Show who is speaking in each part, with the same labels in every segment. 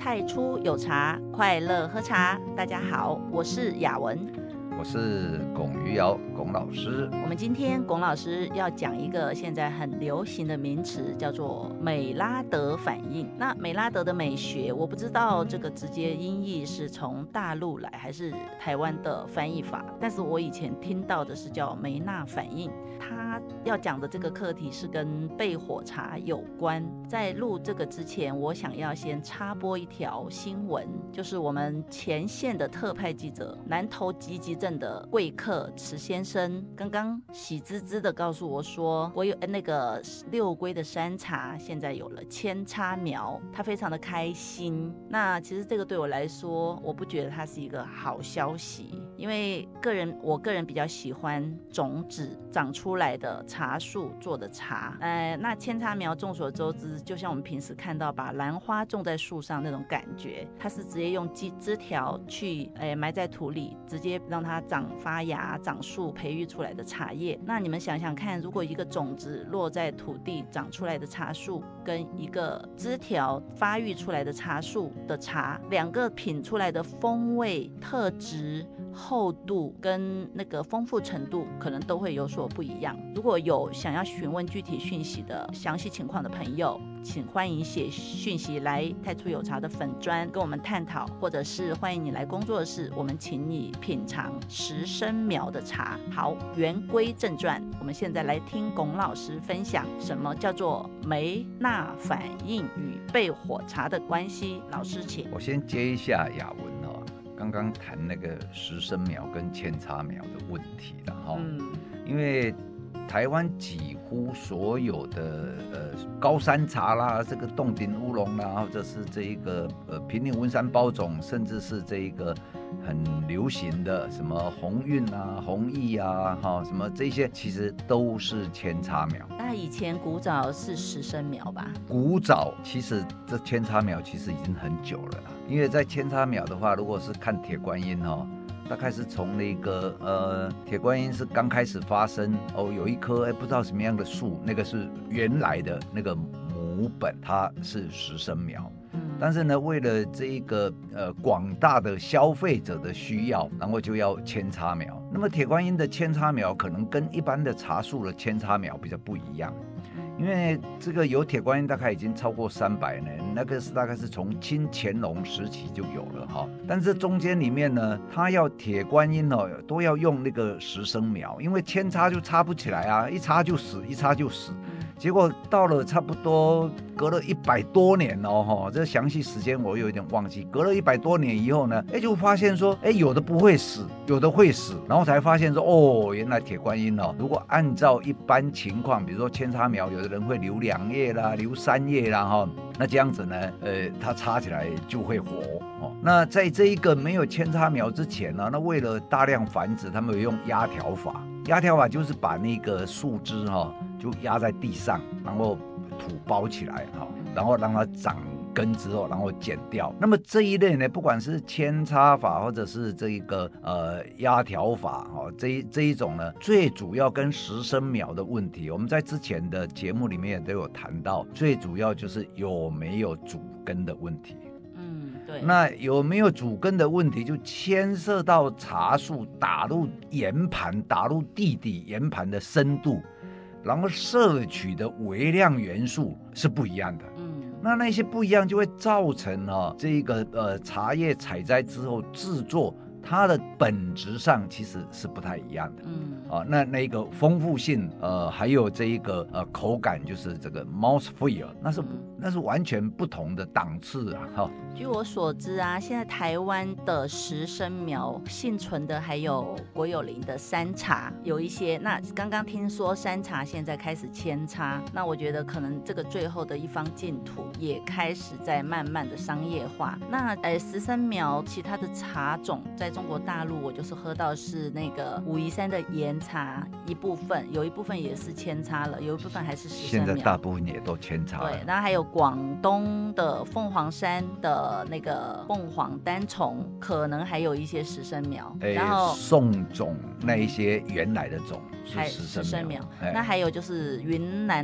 Speaker 1: 太初有茶，快乐喝茶。大家好，我是雅文，
Speaker 2: 我是龚于尧，龚老师。
Speaker 1: 我们今天龚老师要讲一个现在很流行的名词，叫做美拉德反应。那美拉德的美学，我不知道这个直接音译是从大陆来还是台湾的翻译法，但是我以前听到的是叫梅纳反应。他要讲的这个课题是跟焙火茶有关。在录这个之前，我想要先插播一条新闻，就是我们前线的特派记者，南投集集镇的贵客池先生，刚刚喜滋滋的告诉我说，我有那个六龟的山茶现在有了扦插苗，他非常的开心。那其实这个对我来说，我不觉得它是一个好消息，因为我个人比较喜欢种子长出来的茶树做的茶。那扦插苗众所周知，就像我们平时看到把兰花种在树上那种感觉，它是直接用枝条去埋在土里，直接让它发芽长树培育出来的茶叶。那你们想想看，如果一个种子落在土地长出来的茶树，跟一个枝条发育出来的茶树的茶，两个品出来的风味特质、厚度跟那个丰富程度可能都会有所不一样。如果有想要询问具体讯息的详细情况的朋友，请欢迎写讯息来太初有茶的粉专跟我们探讨，或者是欢迎你来工作室，我们请你品尝10生苗的茶。好，言归正传，我们现在来听龚老师分享什么叫做梅纳反应与焙火茶的关系。老师请。
Speaker 2: 我先接一下雅文刚刚谈那个10生苗跟扦插苗的问题了因为台湾几乎所有的高山茶啦，这个洞顶乌龙啦，或者是这一个平岭文山包种，甚至是这一个很流行的什么鸿运啊、弘毅啊，什么这些其实都是扦插苗。
Speaker 1: 那以前古早是10生苗吧？
Speaker 2: 古早其实这扦插苗其实已经很久了啦，因为在扦插苗的话，如果是看铁观音大概是从那个铁观音是刚开始发生有一棵不知道什么样的树，那个是原来的那个母本，它是10生苗。但是呢，为了这一个广大的消费者的需要，然后就要扦插苗。那么铁观音的扦插苗可能跟一般的茶树的扦插苗比较不一样。因为这个有铁观音大概已经超过300年，那个是大概是从清乾隆时期就有了但是中间里面呢，它要铁观音都要用那个10生苗，因为扦插就插不起来啊，一插就死，一插就死。结果到了差不多隔了100多年这详细时间我有点忘记。隔了100多年以后呢，就发现说，有的不会死，有的会死，然后才发现说，原来铁观音如果按照一般情况，比如说扦插苗，有的人会留2叶啦，留3叶啦那这样子呢，它插起来就会活那在这一个没有扦插苗之前呢，那为了大量繁殖，他们有用压条法。压条法就是把那个树枝就压在地上，然后土包起来然后让它长根之后，然后剪掉。那么这一类呢，不管是扦插法或者是这个压条法这一种呢，最主要跟10生苗的问题，我们在之前的节目里面也都有谈到，最主要就是有没有主根的问题。
Speaker 1: 对，
Speaker 2: 那有没有主根的问题，就牵涉到茶树打入岩盘、打入地底岩盘的深度，然后摄取的微量元素是不一样的。那些不一样就会造成这个茶叶采摘之后制作，它的本质上其实是不太一样的。那个丰富性还有这一个口感，就是这个 mouthfeel， 那是完全不同的档次
Speaker 1: 据我所知现在台湾的10生苗幸存的还有国有林的山茶，有一些。那刚刚听说山茶现在开始扦插，那我觉得可能这个最后的一方净土也开始在慢慢的商业化。那10生苗其他的茶种在中国大陆，我就是喝到是那个武夷山的岩茶一部分，有一部分也是扦插了，有一部分还是10生苗。
Speaker 2: 现在大部分也都扦插了。
Speaker 1: 对，然后还有广东的凤凰山的那个凤凰单丛，可能还有一些10生苗。然后
Speaker 2: 宋种那一些原来的种是10生苗。
Speaker 1: 那还有就是云南的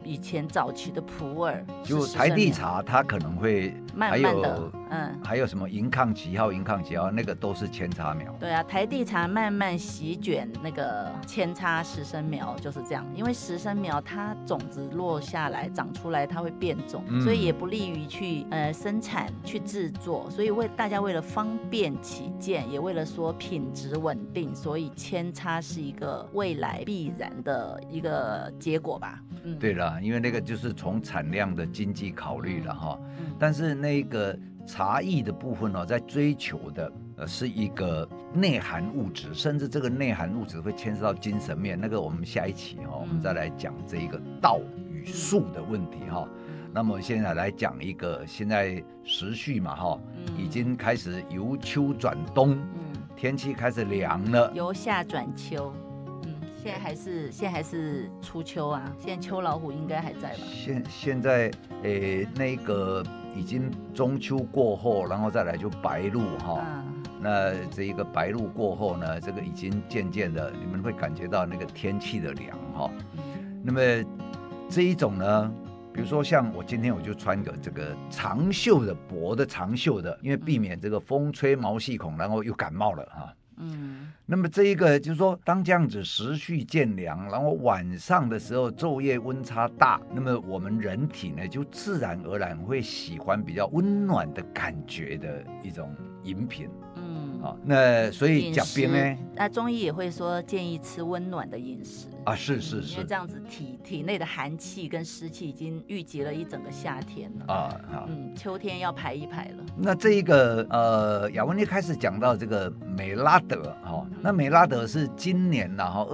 Speaker 1: 以前早期的普洱，
Speaker 2: 就台地茶它可能会
Speaker 1: 慢慢的，
Speaker 2: 还有什么银抗旗号、那个都是扦插苗。
Speaker 1: 对啊，台地茶慢慢席卷那个扦插实生苗就是这样，因为实生苗它种子落下来长出来它会变种，所以也不利于去生产去制作，所以大家为了方便起见，也为了说品质稳定，所以扦插是一个未来必然的一个结果吧。
Speaker 2: 对了，因为那个就是从产量的经济考虑了哈，但是那个茶艺的部分在追求的是一个内涵物质，甚至这个内涵物质会牵涉到精神面，那个我们下一期我们再来讲这一个道与术的问题哈。那么现在来讲一个，现在时序嘛已经开始由秋转冬，天气开始凉了，
Speaker 1: 由夏转秋。现在还是初秋啊，现在秋老虎应该还在吧？
Speaker 2: 现在那个已经中秋过后，然后再来就白露那这一个白露过后呢，这个已经渐渐的你们会感觉到那个天气的凉那么这一种呢，比如说像我今天我就穿个这个长袖的薄的长袖的，因为避免这个风吹毛细孔，然后又感冒了那么这一个就是说，当这样子时序渐凉，然后晚上的时候昼夜温差大，那么我们人体呢就自然而然会喜欢比较温暖的感觉的一种饮品。那所以讲冰呢，
Speaker 1: 中医也会说建议吃温暖的饮食
Speaker 2: 是，
Speaker 1: 因为这样子体内的寒气跟湿气已经郁结了一整个夏天了秋天要排一排了。
Speaker 2: 那这一个雅文一开始讲到这个美拉德那美拉德是今年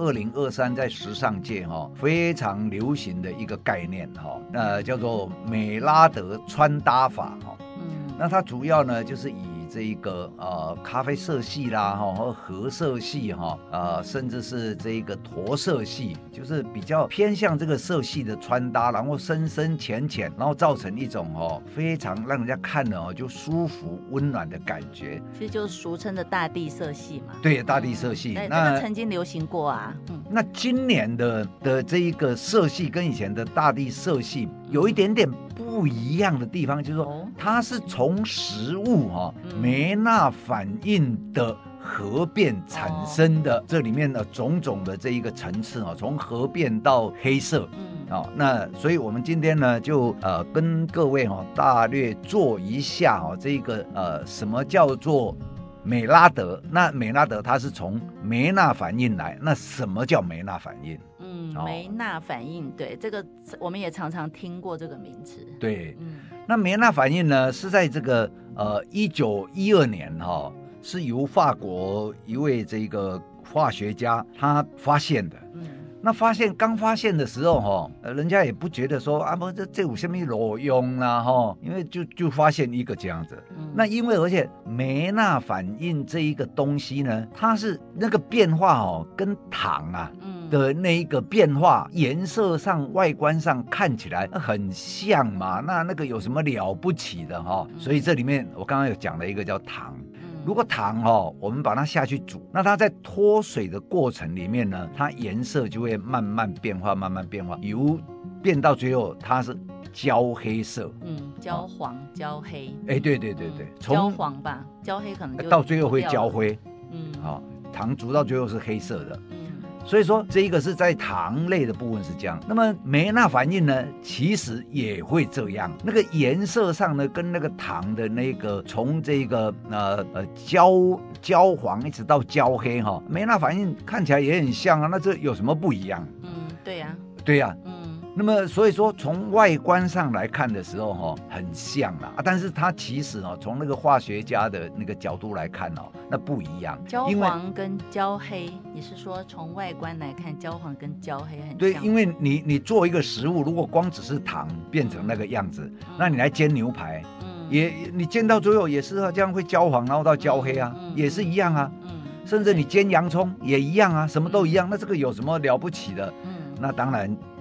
Speaker 2: 2023在时尚界非常流行的一个概念那叫做美拉德穿搭法那它主要呢就是以这一个咖啡色系啦和褐色系甚至是这一个驼色系，就是比较偏向这个色系的穿搭，然后深深浅浅，然后造成一种非常让人家看了就舒服温暖的感觉，
Speaker 1: 其实就是俗称的大地色系嘛。
Speaker 2: 对，大地色系
Speaker 1: 那这个曾经流行过啊
Speaker 2: 那今年的这一个色系跟以前的大地色系有一点点不一样的地方，就是说它是从食物梅纳反应的核变产生的，这里面的种种的这一个层次从核变到黑色那所以我们今天呢就跟各位大略做一下这个什么叫做美拉德。那美拉德它是从梅纳反应来，那什么叫梅纳反应？
Speaker 1: 梅纳反应，对，这个我们也常常听过这个名词。
Speaker 2: 对，那梅纳反应呢是在这个1912年是由法国一位这个化学家他发现的。那刚发现的时候人家也不觉得说不这有什么路用啦因为就发现一个这样子。那因为而且梅纳反应这一个东西呢，它是那个变化跟糖的那一个变化颜色上外观上看起来很像嘛，那个有什么了不起的所以这里面我刚刚有讲了一个叫糖。如果糖我们把它下去煮，那它在脱水的过程里面呢，它颜色就会慢慢变化，由变到最后它是焦黑色。
Speaker 1: 焦黄焦黑。
Speaker 2: 对，
Speaker 1: 焦黄吧，焦黑可能就
Speaker 2: 到最后会焦灰。糖煮到最后是黑色的。所以说这一个是在糖类的部分是这样，那么梅纳反应呢其实也会这样，那个颜色上呢跟那个糖的那个从这个焦黄一直到焦黑梅纳反应看起来也很像那这有什么不一样？对呀那么所以说从外观上来看的时候很像啦但是它其实从那个化学家的那个角度来看那不一样。
Speaker 1: 焦黄跟焦黑，你是说从外观来看焦黄跟焦黑很像？
Speaker 2: 对，因为你做一个食物，如果光只是糖变成那个样子，那你来煎牛排你煎到最后也是这样会焦黄然后到焦黑也是一样甚至你煎洋葱也一样什么都一样那这个有什么了不起的？那当然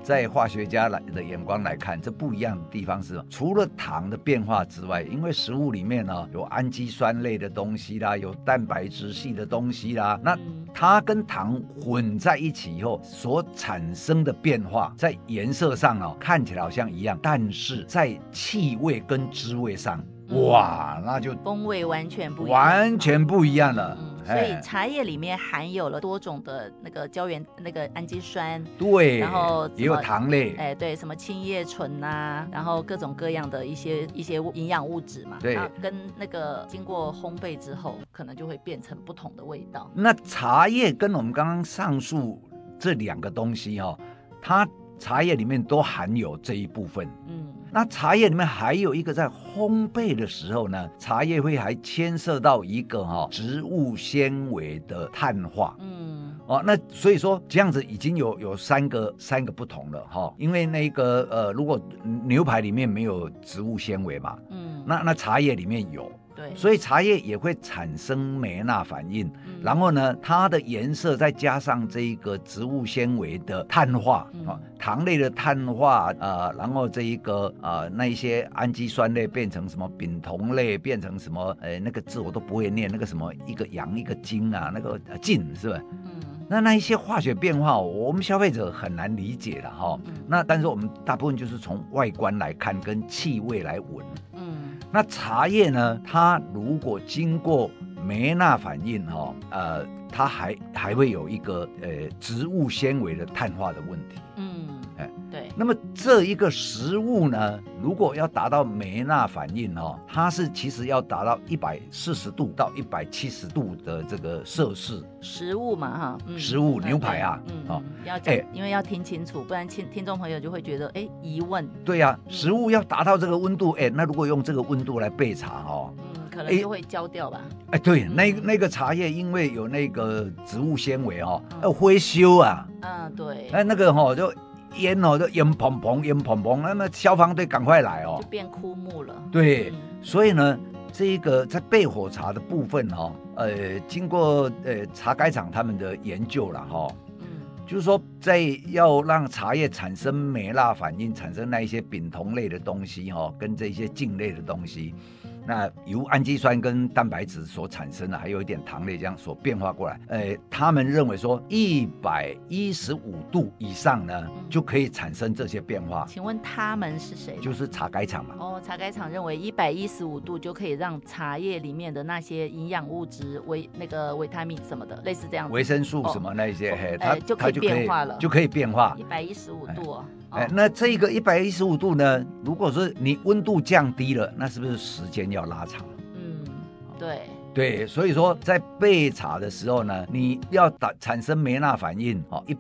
Speaker 2: 在化学家的眼光来看，这不一样的地方是，除了糖的变化之外，因为食物里面呢有氨基酸类的东西啦，有蛋白质系的东西啦，那它跟糖混在一起以后所产生的变化，在颜色上看起来好像一样，但是在气味跟滋味上，哇，那就
Speaker 1: 风味完全不一样，
Speaker 2: 完全不一样了。
Speaker 1: 所以茶叶里面含有了多种的那个胶原，那个氨基酸，
Speaker 2: 对，
Speaker 1: 然后
Speaker 2: 也有糖类，
Speaker 1: 对，什么青叶醇啊，然后各种各样的一些营养物质嘛，
Speaker 2: 对，
Speaker 1: 跟那个经过烘焙之后，可能就会变成不同的味道。
Speaker 2: 那茶叶跟我们刚刚上述这两个东西它茶叶里面都含有这一部分。那茶叶里面还有一个在烘焙的时候呢，茶叶会还牵涉到一个植物纤维的碳化。那所以说这样子已经有三个不同了因为那个如果牛排里面没有植物纤维嘛，那茶叶里面有。
Speaker 1: 对，
Speaker 2: 所以茶叶也会产生梅纳反应，然后呢，它的颜色再加上这个植物纤维的碳化，糖类的碳化，然后这一个那一些氨基酸类变成什么丙酮类，变成什么那个字我都不会念，那个什么一个阳一个金啊，那个进是吧？那一些化学变化，我们消费者很难理解的那但是我们大部分就是从外观来看，跟气味来闻。那茶叶呢？它如果经过梅纳反应它还会有一个植物纤维的碳化的问题。对。那么这一个食物呢，如果要达到梅纳反应它是其实要达到140度到170度的这个摄氏。
Speaker 1: 食物嘛
Speaker 2: 食物牛排啊，
Speaker 1: 要讲因为要听清楚，不然听众朋友就会觉得疑问。
Speaker 2: 对啊，食物要达到这个温度，那如果用这个温度来焙茶
Speaker 1: 可能就会焦掉吧。
Speaker 2: 对，那个茶叶因为有那个植物纤维要灰修啊。
Speaker 1: 对。
Speaker 2: 那个就烟就烟蓬蓬，那么消防队赶快来
Speaker 1: 就变枯木了。
Speaker 2: 对，所以呢，这个在焙火茶的部分经过茶改厂他们的研究了就是说在要让茶叶产生梅纳反应，产生那一些丙酮类的东西跟这些胫类的东西，那由氨基酸跟蛋白质所产生的，还有一点糖类这样所变化过来，他们认为说115度以上呢，就可以产生这些变化。
Speaker 1: 请问他们是谁？
Speaker 2: 就是茶改厂嘛。
Speaker 1: 茶改厂认为115度就可以让茶叶里面的那些营养物质那个维他命什么的，类似这样子，
Speaker 2: 维生素什么那一些，它
Speaker 1: 就可以变化了，
Speaker 2: 就可以变化。
Speaker 1: 115度
Speaker 2: 那这个115度呢，如果是你温度降低了，那是不是时间要拉长？对，所以说在焙茶的时候呢，你要产生梅纳反应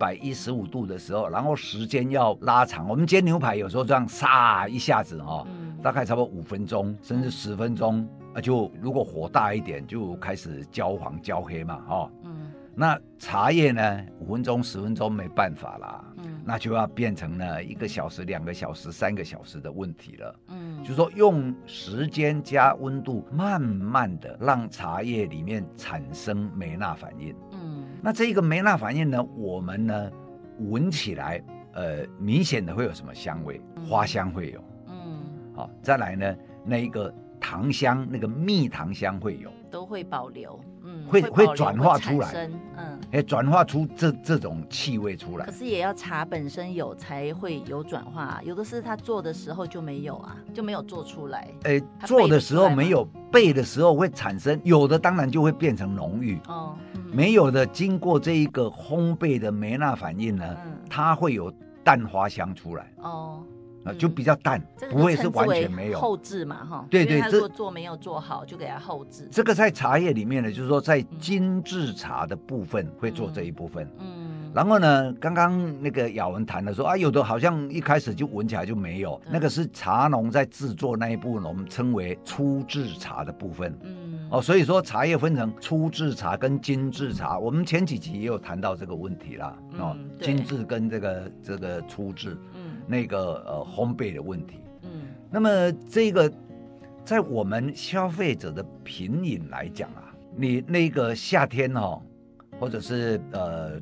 Speaker 2: 115度的时候，然后时间要拉长。我们煎牛排有时候这样撒一下子大概差不多5分钟甚至10分钟，就如果火大一点就开始焦黄焦黑嘛那茶叶呢5分钟10分钟没办法啦，那就要变成呢1个小时2个小时3个小时的问题了。就是说用时间加温度慢慢的让茶叶里面产生梅纳反应。那这个梅纳反应呢，我们呢闻起来明显的会有什么香味？花香会有。再来呢那一个糖香，那个蜜糖香会有，
Speaker 1: 都会保留。
Speaker 2: 会转化出来，转化出这种气味出来。
Speaker 1: 可是也要茶本身有才会有转化，有的是他做的时候就没有啊，就没有做出来。
Speaker 2: 做的时候没有，焙的时候会产生，有的当然就会变成浓郁。没有的经过这一个烘焙的梅纳反应呢，它会有淡花香出来。就比较淡，不会是完全没有。
Speaker 1: 后置嘛
Speaker 2: 对，
Speaker 1: 他如果做没有做好，就给它后置。
Speaker 2: 这个在茶叶里面呢，就是说在精致茶的部分会做这一部分。然后呢，刚刚那个雅文谈的说有的好像一开始就闻起来就没有，那个是茶农在制作那一部分，我们称为初制茶的部分。所以说茶叶分成初制茶跟精致茶，我们前几集也有谈到这个问题啦。精致跟这个初制。那个烘焙的问题。那么这个在我们消费者的品饮来讲你那个夏天或者是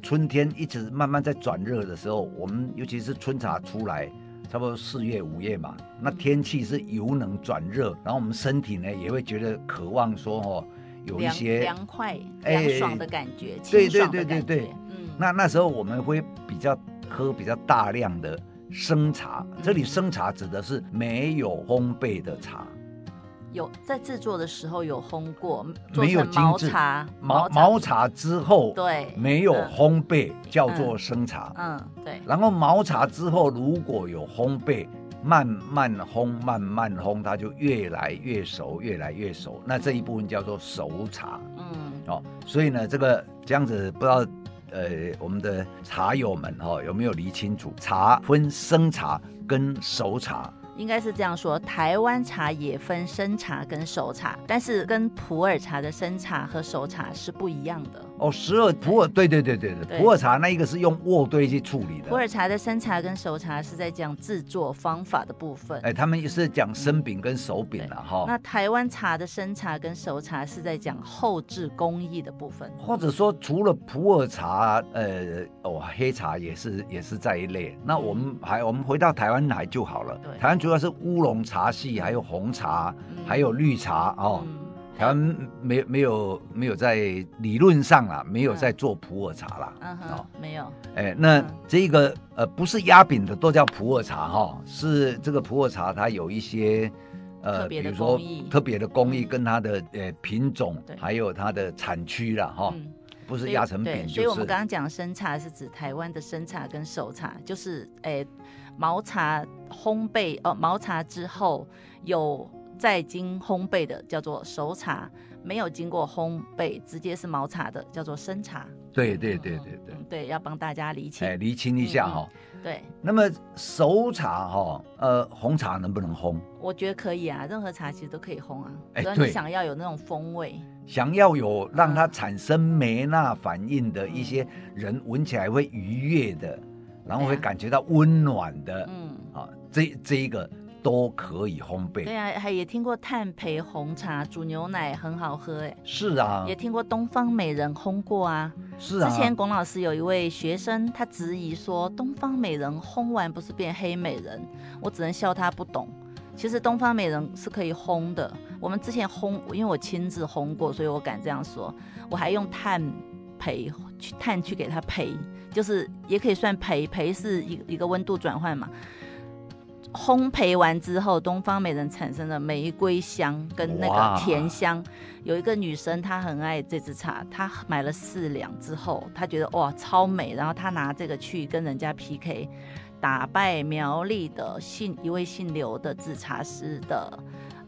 Speaker 2: 春天一直慢慢在转热的时候，我们尤其是春茶出来，差不多4月5月嘛，那天气是由冷转热，然后我们身体呢也会觉得渴望说有一些
Speaker 1: 凉快、凉爽的感觉，清爽的感觉。
Speaker 2: 对，那时候我们会喝比较大量的生茶，这里生茶指的是没有烘焙的茶。
Speaker 1: 有在制作的时候有烘过，
Speaker 2: 没有
Speaker 1: 毛茶，
Speaker 2: 毛茶之后
Speaker 1: 对
Speaker 2: 没有烘焙，叫做生茶。
Speaker 1: 对。
Speaker 2: 然后毛茶之后如果有烘焙，慢慢烘，它就越来越熟，越来越熟。那这一部分叫做熟茶。所以呢，这样子不知道我们的茶友们有没有理清楚？茶分生茶跟熟茶。
Speaker 1: 应该是这样说，台湾茶也分生茶跟熟茶，但是跟普洱茶的生茶和熟茶是不一样的。
Speaker 2: 普洱对，普洱茶那一个是用渥堆去处理的。
Speaker 1: 普洱茶的生茶跟熟茶是在讲制作方法的部分。
Speaker 2: 他们也是讲生饼跟熟饼啦哈。
Speaker 1: 那台湾茶的生茶跟熟茶是在讲后制工艺的部分。
Speaker 2: 或者说除了普洱茶，黑茶也是在一类。那我们回到台湾来就好了。台湾主要是乌龙茶系，还有红茶，还有绿茶台湾没有在理论上啦，没有在做普洱茶啦。
Speaker 1: 没有。
Speaker 2: 那这个不是压饼的都叫普洱茶是这个普洱茶它有一些比如说特别的工艺跟它的品种，还有它的产区啦不是压成饼。
Speaker 1: 所以我们刚刚讲生茶是指台湾的生茶跟熟茶，就是毛茶烘焙毛茶之后有再经烘焙的叫做熟茶，没有经过烘焙直接是毛茶的叫做生茶。对，要帮大家厘
Speaker 2: 清一下
Speaker 1: 对。
Speaker 2: 那么熟茶红茶能不能烘？
Speaker 1: 我觉得可以啊，任何茶其实都可以烘啊，只要你想要有那种风味，
Speaker 2: 想要有让它产生梅纳反应的一些人闻起来会愉悦的，然后会感觉到温暖的，这一个都可以烘焙。
Speaker 1: 对啊，也听过炭焙红茶煮牛奶很好喝
Speaker 2: 是啊。
Speaker 1: 也听过东方美人烘过啊。
Speaker 2: 是啊。
Speaker 1: 之前龚老师有一位学生，他质疑说东方美人烘完不是变黑美人，我只能笑他不懂。其实东方美人是可以烘的，我们之前烘，因为我亲自烘过，所以我敢这样说。我还用炭去给它焙，就是也可以算焙是一个温度转换嘛。烘焙完之后，东方美人产生了玫瑰香跟那个甜香。有一个女生她很爱这支茶，她买了4两之后，她觉得哇超美，然后她拿这个去跟人家 PK， 打败苗栗的一位姓刘的制茶师的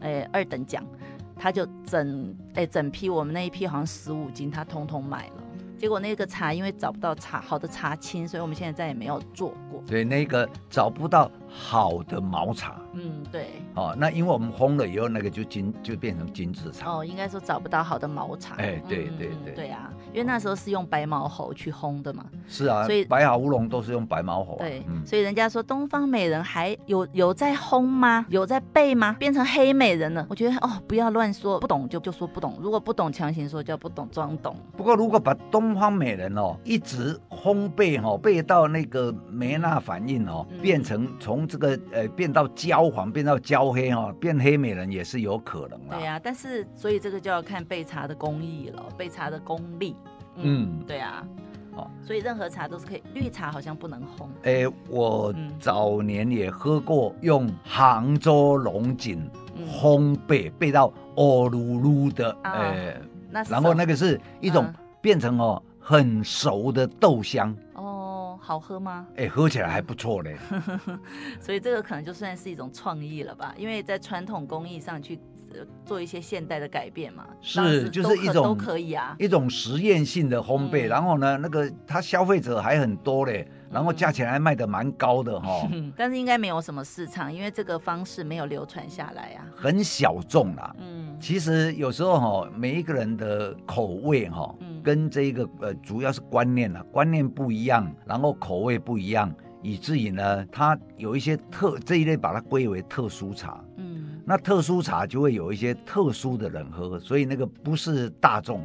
Speaker 1: 2等奖，她就整批我们那一批好像15斤，她通通买了。结果那个茶因为找不到好的茶青，所以我们现在再也没有做过。
Speaker 2: 对，那个找不到好的毛茶。
Speaker 1: 对。
Speaker 2: 那因为我们烘了以后，那个就变成精致茶。
Speaker 1: 应该说找不到好的毛茶。对啊，因为那时候是用白毛猴去烘的嘛。
Speaker 2: 是啊，所以白毫乌龙都是用白毛猴。
Speaker 1: 对，所以人家说东方美人还有在烘吗？有在焙吗？变成黑美人了。我觉得不要乱说，不懂就说不懂，如果不懂强行说叫不懂装懂。
Speaker 2: 不过如果把东方美人一直烘焙焙到那个梅纳反应变成从这个变到焦黄，变到焦黑变黑美人也是有可能啦。
Speaker 1: 对啊，但是所以这个就要看焙茶的工艺了，焙茶的功力。对啊。所以任何茶都是可以，绿茶好像不能烘。
Speaker 2: 我早年也喝过用杭州龙井烘焙到欧噜噜的，然后那个是一种变成很熟的豆香。
Speaker 1: 好喝吗？
Speaker 2: 喝起来还不错嘞。
Speaker 1: 所以这个可能就算是一种创意了吧，因为在传统工艺上去做一些现代的改变嘛。
Speaker 2: 是，就是一种
Speaker 1: 都可以啊，
Speaker 2: 一种实验性的烘焙。然后呢，那个它消费者还很多嘞，然后价钱还卖得蛮高的
Speaker 1: 但是应该没有什么市场，因为这个方式没有流传下来啊，
Speaker 2: 很小众啦。其实有时候每一个人的口味跟这个主要是观念不一样，然后口味不一样，以至于呢，它有一些这一类把它归为特殊茶。那特殊茶就会有一些特殊的人喝，所以那个不是大众。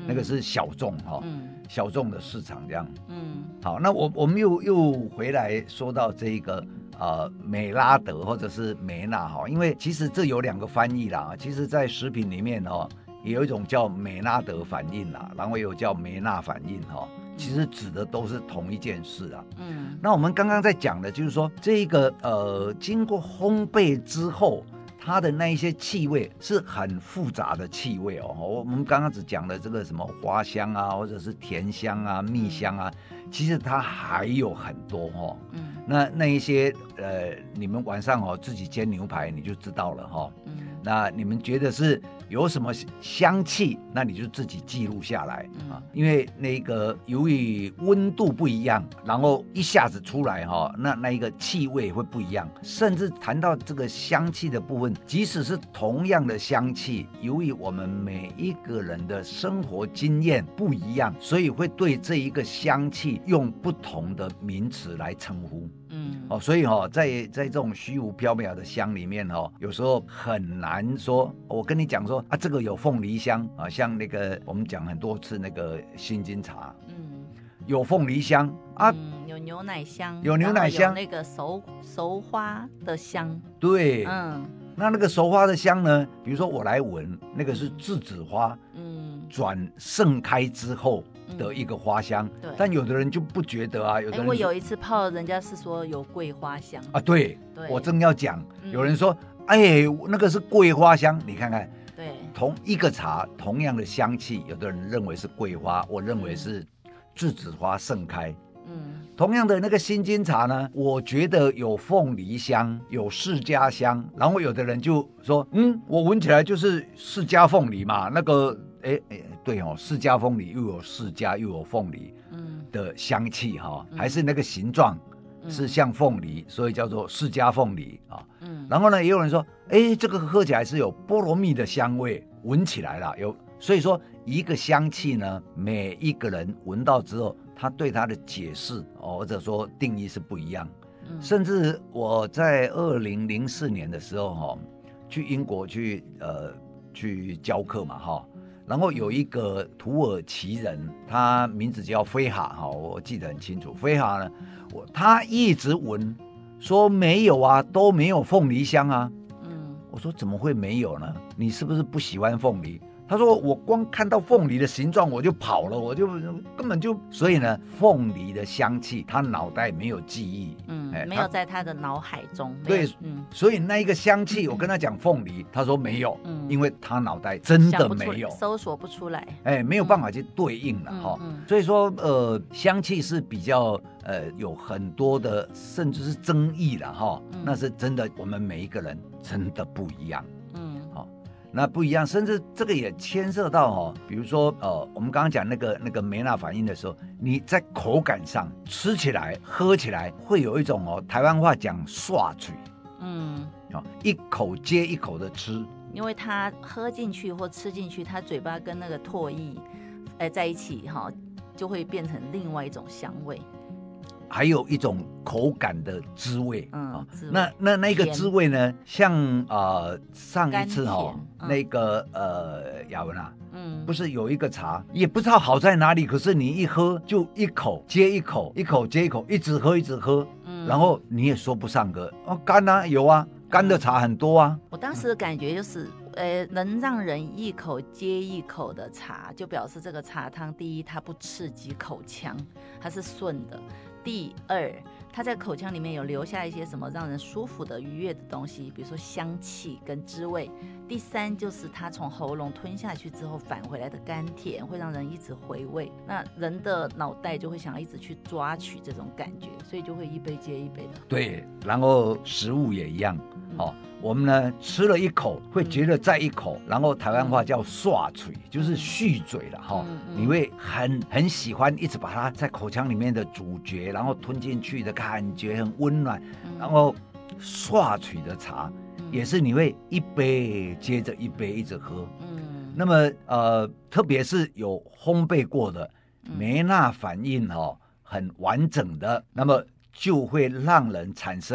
Speaker 2: 那个是小众小众的市场这样。好，那我们又回来说到这个美拉德或者是梅纳因为其实这有2个翻译啦，其实在食品里面也有一种叫美拉德反应啦，然后也有叫梅纳反应其实指的都是同一件事啊。那我们刚刚在讲的就是说这个经过烘焙之后，它的那一些气味是很复杂的气味我们刚刚只讲了这个什么花香啊，或者是甜香啊、蜜香啊，其实它还有很多那一些你们晚上自己煎牛排你就知道了那你们觉得是有什么香气，那你就自己记录下来因为那个由于温度不一样，然后一下子出来那一个气味会不一样。甚至谈到这个香气的部分，即使是同样的香气，由于我们每一个人的生活经验不一样，所以会对这一个香气用不同的名词来称呼。所以在这种虚无缥缈的香里面有时候很难说。我跟你讲说这个有凤梨香像那个我们讲很多次那个新金茶，有凤梨香
Speaker 1: 有牛奶香，
Speaker 2: 有牛奶香，
Speaker 1: 有那个熟花的香。
Speaker 2: 对，那个熟花的香呢，比如说我来闻，那个是栀子花转盛开之后的一个花香，但有的人就不觉得有的人我
Speaker 1: 有一次泡人家是说有桂花香
Speaker 2: 对，我正要讲，有人说那个是桂花香，你看看，
Speaker 1: 对，
Speaker 2: 同一个茶同样的香气，有的人认为是桂花，我认为是栀子花盛开。同样的那个新金茶呢，我觉得有凤梨香，有释迦香，然后有的人就说我闻起来就是释迦凤梨嘛，那个对释迦凤梨又有释迦又有凤梨的香气还是那个形状是像凤梨，所以叫做释迦凤梨然后呢也有人说这个喝起来是有菠萝蜜的香味，闻起来啦有。所以说一个香气呢，每一个人闻到之后，他对它的解释或者说定义是不一样。甚至我在2004年的时候去英国去教课嘛然后有一个土耳其人，他名字叫菲哈我记得很清楚。菲哈呢，他一直闻说没有都没有凤梨香我说怎么会没有呢？你是不是不喜欢凤梨？他说我光看到凤梨的形状我就跑了，我就根本就。所以呢，凤梨的香气他脑袋没有记忆，
Speaker 1: 没有在他的脑海中。
Speaker 2: 对，所以那一个香气我跟他讲凤梨，他说没有，因为他脑袋真的没有，
Speaker 1: 搜索不出来，
Speaker 2: 没有办法去对应了所以说香气是比较有很多的甚至是争议了那是真的，我们每一个人真的不一样。那不一样，甚至这个也牵涉到比如说我们刚刚讲那个梅纳反应的时候，你在口感上吃起来喝起来会有一种台湾话讲刷嘴，一口接一口的吃，
Speaker 1: 因为它喝进去或吃进去，它嘴巴跟那个唾液在一起就会变成另外一种香味。
Speaker 2: 还有一种口感的滋味，那个滋味呢，像上一次那个雅文不是有一个茶，也不知道好在哪里，可是你一喝就一口接一口，一口接一口，一直喝一直喝，然后你也说不上个干有干的茶很多
Speaker 1: 我当时的感觉就是能让人一口接一口的茶，就表示这个茶汤第一它不刺激口腔，它是顺的。第二，它在口腔里面有留下一些什么让人舒服的愉悦的东西，比如说香气跟滋味。第三，就是它从喉咙吞下去之后返回来的甘甜，会让人一直回味。那人的脑袋就会想要一直去抓取这种感觉，所以就会一杯接一杯的。
Speaker 2: 对，然后食物也一样我们呢吃了一口会觉得再一口，然后台湾话叫刷嘴，就是续嘴了你会很喜欢一直把它在口腔里面的咀嚼，然后吞进去的感觉很温暖，然后刷嘴的茶也是你会一杯接着一杯一直喝那么特别是有烘焙过的梅纳反应很完整的，那么就会让人产生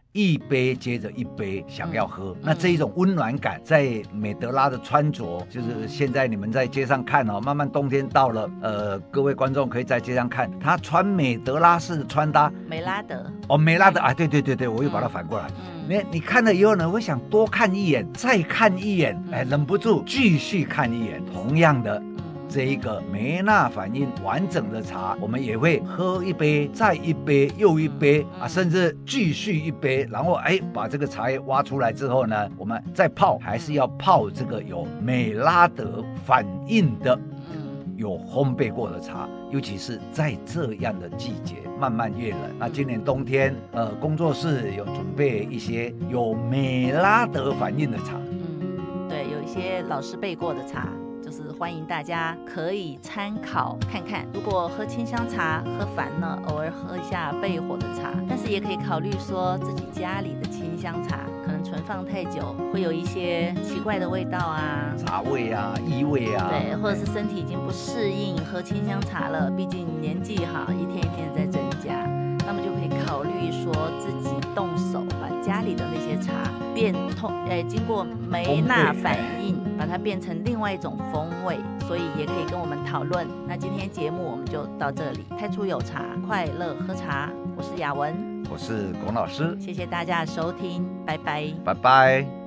Speaker 2: 一杯接着一杯想要喝，那这一种温暖感，在美德拉的穿着，就是现在你们在街上看慢慢冬天到了，各位观众可以在街上看，他穿美德拉式的穿搭，
Speaker 1: 美拉德
Speaker 2: 美拉德啊，对，我又把它反过来。你看了以后呢，会想多看一眼，再看一眼，忍不住继续看一眼。同样的。这一个梅纳反应完整的茶，我们也会喝一杯，再一杯，又一杯甚至继续一杯，然后把这个茶叶挖出来之后呢，我们再泡，还是要泡这个有美拉德反应的。有烘焙过的茶，尤其是在这样的季节，慢慢越冷。那今年冬天，工作室有准备一些有美拉德反应的茶。
Speaker 1: 对，有一些老师备过的茶。就是欢迎大家可以参考看看，如果喝清香茶喝烦了，偶尔喝一下焙火的茶，但是也可以考虑说自己家里的清香茶可能存放太久会有一些奇怪的味道啊，
Speaker 2: 茶味啊，异味啊，
Speaker 1: 对，或者是身体已经不适应喝清香茶了，毕竟年纪一天一天在增加，那么就可以考虑说自己动手把家里的那些茶经过梅纳反应，把它变成另外一种风味，所以也可以跟我们讨论。那今天节目我们就到这里，太初有茶，快乐喝茶，我是雅文，
Speaker 2: 我是龚老师，
Speaker 1: 谢谢大家的收听，拜拜，
Speaker 2: 拜拜。